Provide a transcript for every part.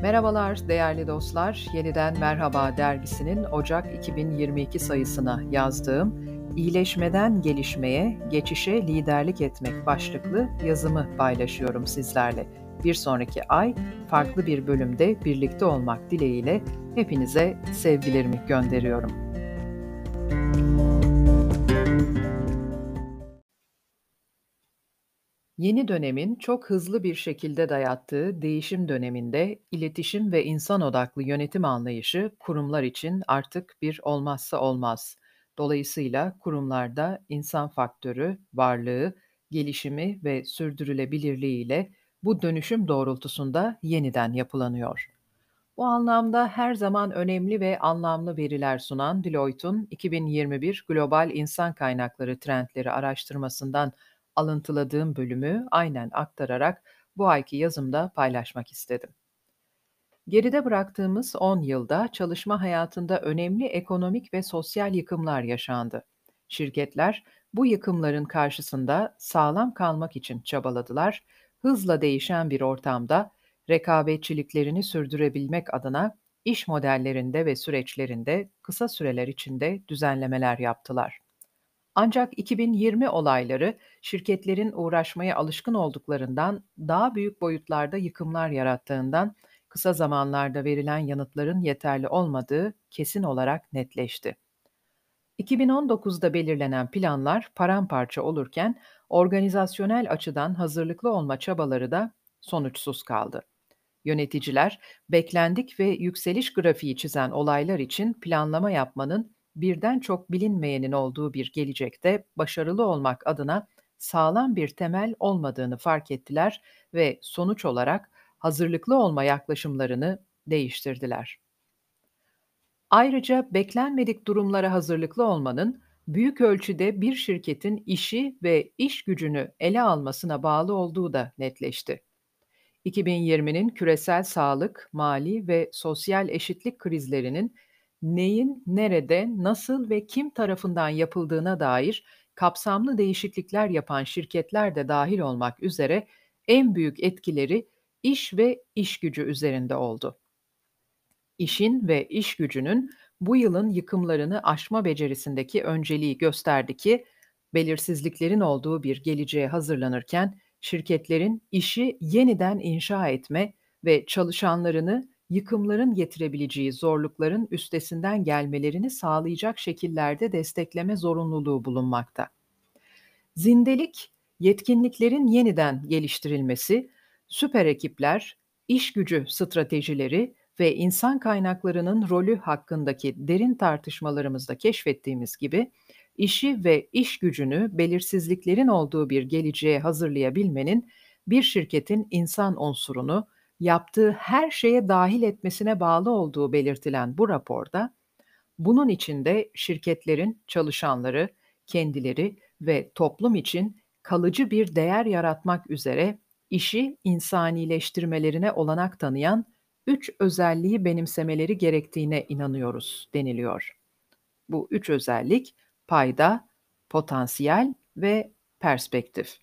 Merhabalar değerli dostlar. Yeniden Merhaba dergisinin Ocak 2022 sayısına yazdığım "İyileşmeden gelişmeye, geçişe liderlik etmek" başlıklı yazımı paylaşıyorum sizlerle. Bir sonraki ay farklı bir bölümde birlikte olmak dileğiyle hepinize sevgilerimi gönderiyorum. Yeni dönemin çok hızlı bir şekilde dayattığı değişim döneminde iletişim ve insan odaklı yönetim anlayışı kurumlar için artık bir olmazsa olmaz. Dolayısıyla kurumlarda insan faktörü, varlığı, gelişimi ve sürdürülebilirliği ile bu dönüşüm doğrultusunda yeniden yapılanıyor. Bu anlamda her zaman önemli ve anlamlı veriler sunan Deloitte'un 2021 Global İnsan Kaynakları Trendleri araştırmasından alıntıladığım bölümü aynen aktararak bu ayki yazımda paylaşmak istedim. Geride bıraktığımız 10 yılda çalışma hayatında önemli ekonomik ve sosyal yıkımlar yaşandı. Şirketler bu yıkımların karşısında sağlam kalmak için çabaladılar. Hızla değişen bir ortamda rekabetçiliklerini sürdürebilmek adına iş modellerinde ve süreçlerinde kısa süreler içinde düzenlemeler yaptılar. Ancak 2020 olayları şirketlerin uğraşmaya alışkın olduklarından daha büyük boyutlarda yıkımlar yarattığından kısa zamanlarda verilen yanıtların yeterli olmadığı kesin olarak netleşti. 2019'da belirlenen planlar paramparça olurken organizasyonel açıdan hazırlıklı olma çabaları da sonuçsuz kaldı. Yöneticiler, beklendik ve yükseliş grafiği çizen olaylar için planlama yapmanın birden çok bilinmeyenin olduğu bir gelecekte başarılı olmak adına sağlam bir temel olmadığını fark ettiler ve sonuç olarak hazırlıklı olma yaklaşımlarını değiştirdiler. Ayrıca beklenmedik durumlara hazırlıklı olmanın büyük ölçüde bir şirketin işi ve iş gücünü ele almasına bağlı olduğu da netleşti. 2020'nin küresel sağlık, mali ve sosyal eşitlik krizlerinin neyin, nerede, nasıl ve kim tarafından yapıldığına dair kapsamlı değişiklikler yapan şirketler de dahil olmak üzere en büyük etkileri iş ve iş gücü üzerinde oldu. İşin ve iş gücünün bu yılın yıkımlarını aşma becerisindeki önceliği gösterdi ki, belirsizliklerin olduğu bir geleceğe hazırlanırken şirketlerin işi yeniden inşa etme ve çalışanlarını yıkımların getirebileceği zorlukların üstesinden gelmelerini sağlayacak şekillerde destekleme zorunluluğu bulunmakta. Zindelik, yetkinliklerin yeniden geliştirilmesi, süper ekipler, iş gücü stratejileri ve insan kaynaklarının rolü hakkındaki derin tartışmalarımızda keşfettiğimiz gibi, işi ve iş gücünü belirsizliklerin olduğu bir geleceğe hazırlayabilmenin bir şirketin insan unsurunu yaptığı her şeye dahil etmesine bağlı olduğu belirtilen bu raporda, bunun için de şirketlerin çalışanları, kendileri ve toplum için kalıcı bir değer yaratmak üzere işi insanileştirmelerine olanak tanıyan 3 özelliği benimsemeleri gerektiğine inanıyoruz deniliyor. Bu 3 özellik payda, potansiyel ve perspektif.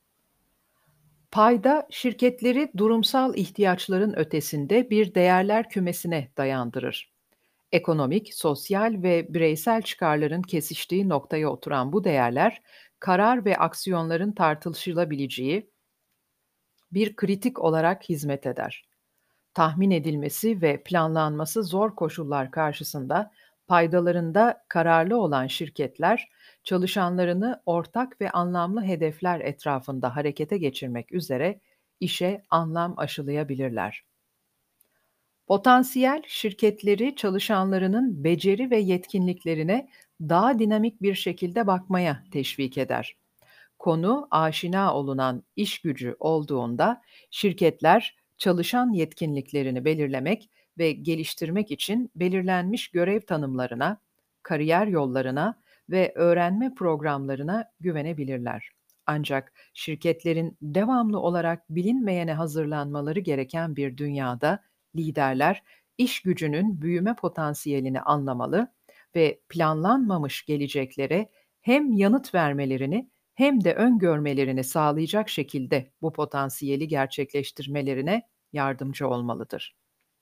Payda şirketleri durumsal ihtiyaçların ötesinde bir değerler kümesine dayandırır. Ekonomik, sosyal ve bireysel çıkarların kesiştiği noktaya oturan bu değerler, karar ve aksiyonların tartışılabileceği bir kritik olarak hizmet eder. Tahmin edilmesi ve planlanması zor koşullar karşısında paydalarında kararlı olan şirketler, çalışanlarını ortak ve anlamlı hedefler etrafında harekete geçirmek üzere işe anlam aşılayabilirler. Potansiyel şirketleri çalışanlarının beceri ve yetkinliklerine daha dinamik bir şekilde bakmaya teşvik eder. Konu aşina olunan iş gücü olduğunda şirketler çalışan yetkinliklerini belirlemek ve geliştirmek için belirlenmiş görev tanımlarına, kariyer yollarına ve öğrenme programlarına güvenebilirler. Ancak şirketlerin devamlı olarak bilinmeyene hazırlanmaları gereken bir dünyada liderler iş gücünün büyüme potansiyelini anlamalı ve planlanmamış geleceklere hem yanıt vermelerini hem de öngörmelerini sağlayacak şekilde bu potansiyeli gerçekleştirmelerine yardımcı olmalıdır.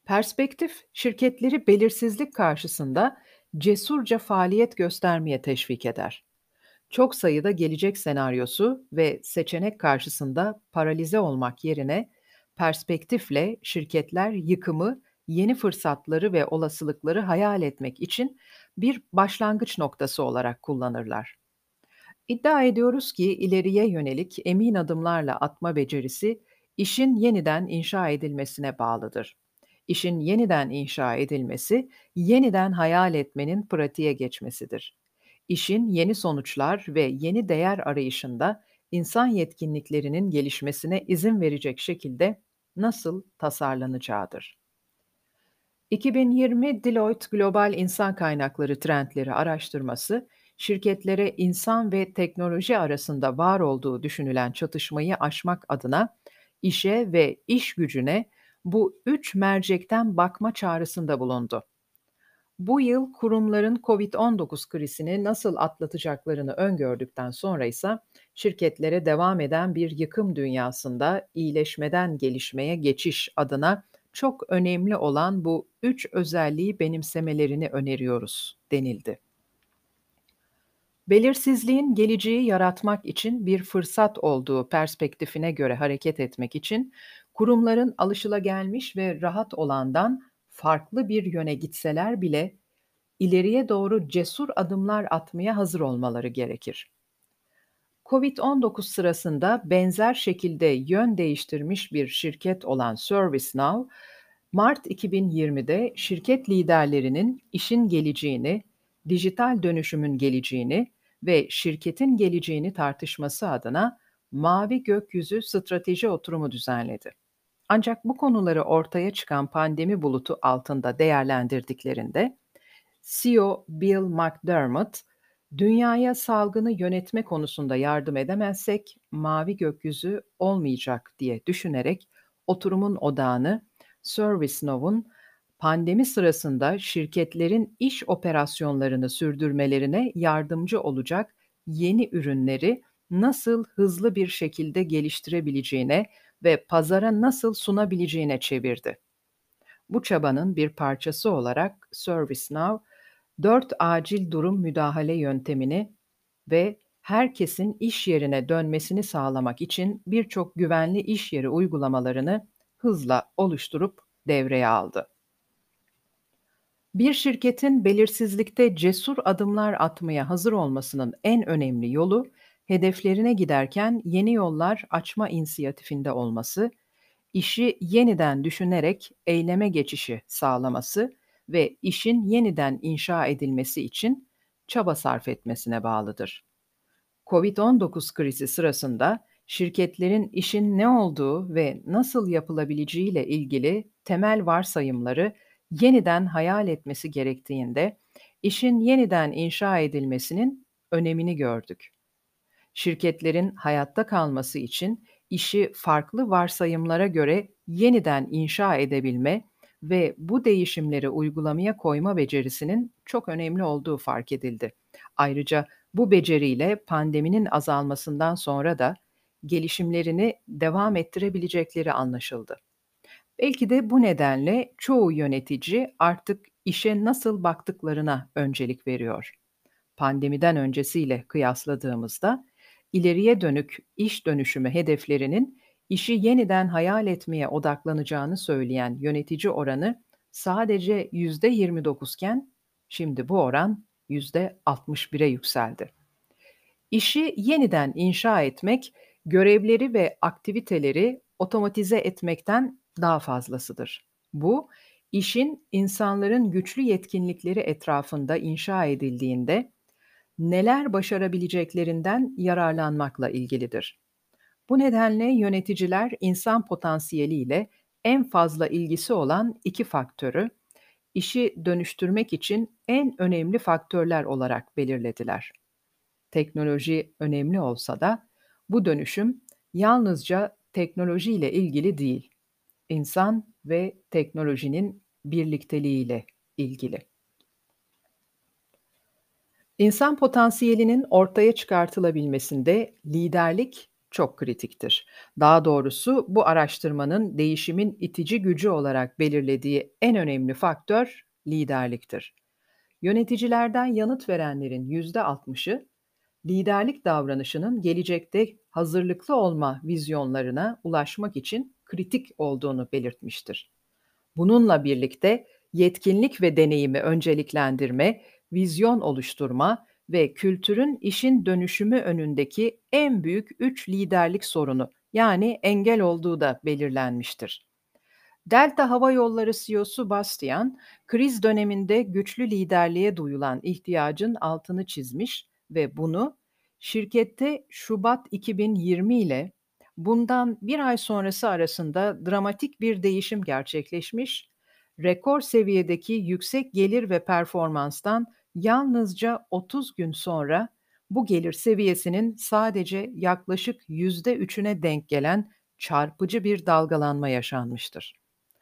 Perspektif, şirketleri belirsizlik karşısında cesurca faaliyet göstermeye teşvik eder. Çok sayıda gelecek senaryosu ve seçenek karşısında paralize olmak yerine perspektifle şirketler yıkımı, yeni fırsatları ve olasılıkları hayal etmek için bir başlangıç noktası olarak kullanırlar. İddia ediyoruz ki ileriye yönelik emin adımlarla atma becerisi işin yeniden inşa edilmesine bağlıdır. İşin yeniden inşa edilmesi, yeniden hayal etmenin pratiğe geçmesidir. İşin yeni sonuçlar ve yeni değer arayışında insan yetkinliklerinin gelişmesine izin verecek şekilde nasıl tasarlanacağıdır. 2020 Deloitte Global İnsan Kaynakları Trendleri araştırması, şirketlere insan ve teknoloji arasında var olduğu düşünülen çatışmayı aşmak adına işe ve iş gücüne bu üç mercekten bakma çağrısında bulundu. Bu yıl kurumların COVID-19 krizini nasıl atlatacaklarını öngördükten sonra ise şirketlere devam eden bir yıkım dünyasında iyileşmeden gelişmeye geçiş adına çok önemli olan bu üç özelliği benimsemelerini öneriyoruz denildi. Belirsizliğin geleceği yaratmak için bir fırsat olduğu perspektifine göre hareket etmek için kurumların alışılagelmiş ve rahat olandan farklı bir yöne gitseler bile ileriye doğru cesur adımlar atmaya hazır olmaları gerekir. COVID-19 sırasında benzer şekilde yön değiştirmiş bir şirket olan ServiceNow, Mart 2020'de şirket liderlerinin işin geleceğini, dijital dönüşümün geleceğini ve şirketin geleceğini tartışması adına Mavi Gökyüzü Strateji Oturumu düzenledi. Ancak bu konuları ortaya çıkan pandemi bulutu altında değerlendirdiklerinde CEO Bill McDermott, "Dünyaya salgını yönetme konusunda yardım edemezsek mavi gökyüzü olmayacak." diye düşünerek oturumun odağını ServiceNow'un pandemi sırasında şirketlerin iş operasyonlarını sürdürmelerine yardımcı olacak yeni ürünleri nasıl hızlı bir şekilde geliştirebileceğine ve pazara nasıl sunabileceğine çevirdi. Bu çabanın bir parçası olarak ServiceNow, 4 acil durum müdahale yöntemini ve herkesin iş yerine dönmesini sağlamak için birçok güvenli iş yeri uygulamalarını hızla oluşturup devreye aldı. Bir şirketin belirsizlikte cesur adımlar atmaya hazır olmasının en önemli yolu, hedeflerine giderken yeni yollar açma inisiyatifinde olması, işi yeniden düşünerek eyleme geçişi sağlaması ve işin yeniden inşa edilmesi için çaba sarf etmesine bağlıdır. COVID-19 krizi sırasında şirketlerin işin ne olduğu ve nasıl yapılabileceğiyle ilgili temel varsayımları yeniden hayal etmesi gerektiğinde işin yeniden inşa edilmesinin önemini gördük. Şirketlerin hayatta kalması için işi farklı varsayımlara göre yeniden inşa edebilme ve bu değişimleri uygulamaya koyma becerisinin çok önemli olduğu fark edildi. Ayrıca bu beceriyle pandeminin azalmasından sonra da gelişimlerini devam ettirebilecekleri anlaşıldı. Belki de bu nedenle çoğu yönetici artık işe nasıl baktıklarına öncelik veriyor. Pandemiden öncesiyle kıyasladığımızda ileriye dönük iş dönüşümü hedeflerinin işi yeniden hayal etmeye odaklanacağını söyleyen yönetici oranı sadece %29 iken şimdi bu oran %61'e yükseldi. İşi yeniden inşa etmek, görevleri ve aktiviteleri otomatize etmekten daha fazlasıdır. Bu, işin insanların güçlü yetkinlikleri etrafında inşa edildiğinde neler başarabileceklerinden yararlanmakla ilgilidir. Bu nedenle yöneticiler insan potansiyeliyle en fazla ilgisi olan iki faktörü, işi dönüştürmek için en önemli faktörler olarak belirlediler. Teknoloji önemli olsa da bu dönüşüm yalnızca teknolojiyle ilgili değil, insan ve teknolojinin birlikteliğiyle ilgili. İnsan potansiyelinin ortaya çıkartılabilmesinde liderlik çok kritiktir. Daha doğrusu bu araştırmanın değişimin itici gücü olarak belirlediği en önemli faktör liderliktir. Yöneticilerden yanıt verenlerin %60'ı liderlik davranışının gelecekte hazırlıklı olma vizyonlarına ulaşmak için kritik olduğunu belirtmiştir. Bununla birlikte yetkinlik ve deneyimi önceliklendirme, vizyon oluşturma ve kültürün işin dönüşümü önündeki en büyük 3 liderlik sorunu, yani engel olduğu da belirlenmiştir. Delta Hava Yolları CEO'su Bastian, kriz döneminde güçlü liderliğe duyulan ihtiyacın altını çizmiş ve bunu şirkette Şubat 2020 ile bundan bir ay sonrası arasında dramatik bir değişim gerçekleşmiş, rekor seviyedeki yüksek gelir ve performanstan yalnızca 30 gün sonra bu gelir seviyesinin sadece yaklaşık %3'üne denk gelen çarpıcı bir dalgalanma yaşanmıştır.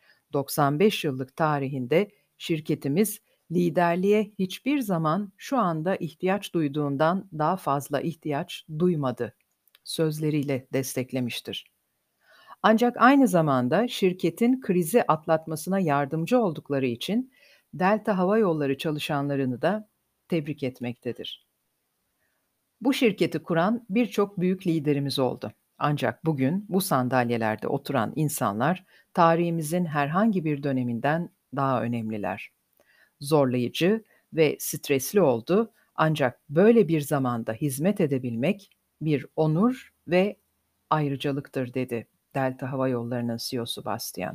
95 yıllık tarihinde şirketimiz liderliğe hiçbir zaman şu anda ihtiyaç duyduğundan daha fazla ihtiyaç duymadı sözleriyle desteklemiştir. Ancak aynı zamanda şirketin krizi atlatmasına yardımcı oldukları için Delta Hava Yolları çalışanlarını da tebrik etmektedir. Bu şirketi kuran birçok büyük liderimiz oldu. Ancak bugün bu sandalyelerde oturan insanlar tarihimizin herhangi bir döneminden daha önemliler. Zorlayıcı ve stresli oldu, ancak böyle bir zamanda hizmet edebilmek bir onur ve ayrıcalıktır, dedi Delta Hava Yolları'nın CEO'su Bastian.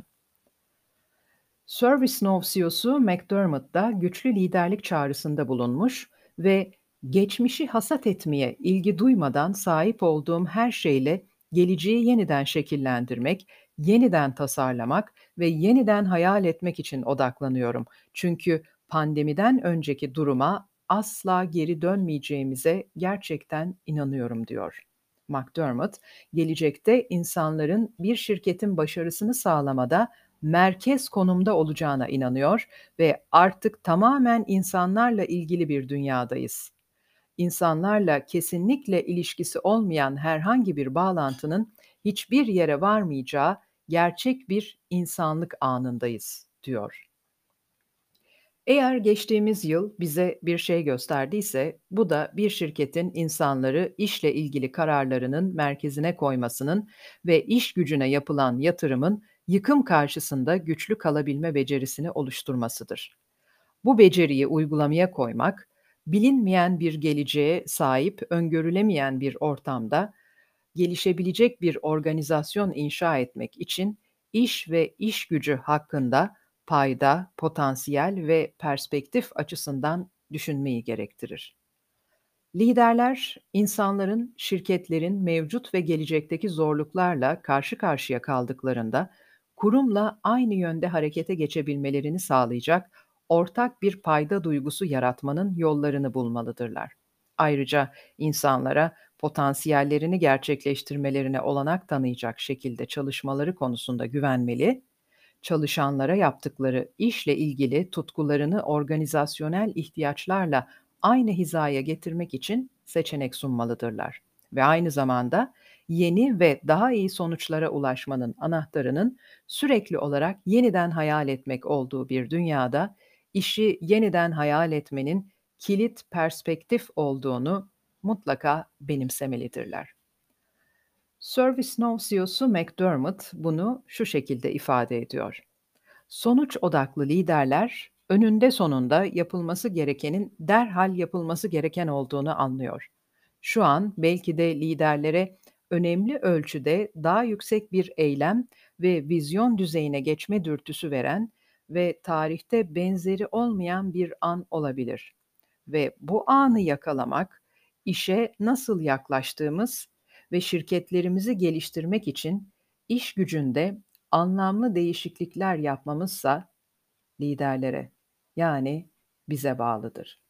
ServiceNow CEO'su McDermott da güçlü liderlik çağrısında bulunmuş ve geçmişi hasat etmeye ilgi duymadan sahip olduğum her şeyle geleceği yeniden şekillendirmek, yeniden tasarlamak ve yeniden hayal etmek için odaklanıyorum. Çünkü pandemiden önceki duruma asla geri dönmeyeceğimize gerçekten inanıyorum, diyor. McDermott, gelecekte insanların bir şirketin başarısını sağlamada merkez konumda olacağına inanıyor ve artık tamamen insanlarla ilgili bir dünyadayız. İnsanlarla kesinlikle ilişkisi olmayan herhangi bir bağlantının hiçbir yere varmayacağı gerçek bir insanlık anındayız, diyor. Eğer geçtiğimiz yıl bize bir şey gösterdiyse, bu da bir şirketin insanları işle ilgili kararlarının merkezine koymasının ve iş gücüne yapılan yatırımın yıkım karşısında güçlü kalabilme becerisini oluşturmasıdır. Bu beceriyi uygulamaya koymak, bilinmeyen bir geleceğe sahip, öngörülemeyen bir ortamda gelişebilecek bir organizasyon inşa etmek için iş ve iş gücü hakkında payda, potansiyel ve perspektif açısından düşünmeyi gerektirir. Liderler, insanların, şirketlerin mevcut ve gelecekteki zorluklarla karşı karşıya kaldıklarında kurumla aynı yönde harekete geçebilmelerini sağlayacak ortak bir payda duygusu yaratmanın yollarını bulmalıdırlar. Ayrıca insanlara potansiyellerini gerçekleştirmelerine olanak tanıyacak şekilde çalışmaları konusunda güvenmeli, çalışanlara yaptıkları işle ilgili tutkularını organizasyonel ihtiyaçlarla aynı hizaya getirmek için seçenek sunmalıdırlar ve aynı zamanda yeni ve daha iyi sonuçlara ulaşmanın anahtarının sürekli olarak yeniden hayal etmek olduğu bir dünyada işi yeniden hayal etmenin kilit perspektif olduğunu mutlaka benimsemelidirler. ServiceNow CEO'su McDermott bunu şu şekilde ifade ediyor: sonuç odaklı liderler, önünde sonunda yapılması gerekenin derhal yapılması gereken olduğunu anlıyor. Şu an belki de liderlere önemli ölçüde daha yüksek bir eylem ve vizyon düzeyine geçme dürtüsü veren ve tarihte benzeri olmayan bir an olabilir. Ve bu anı yakalamak, işe nasıl yaklaştığımız ve şirketlerimizi geliştirmek için iş gücünde anlamlı değişiklikler yapmamızsa liderlere, yani bize bağlıdır.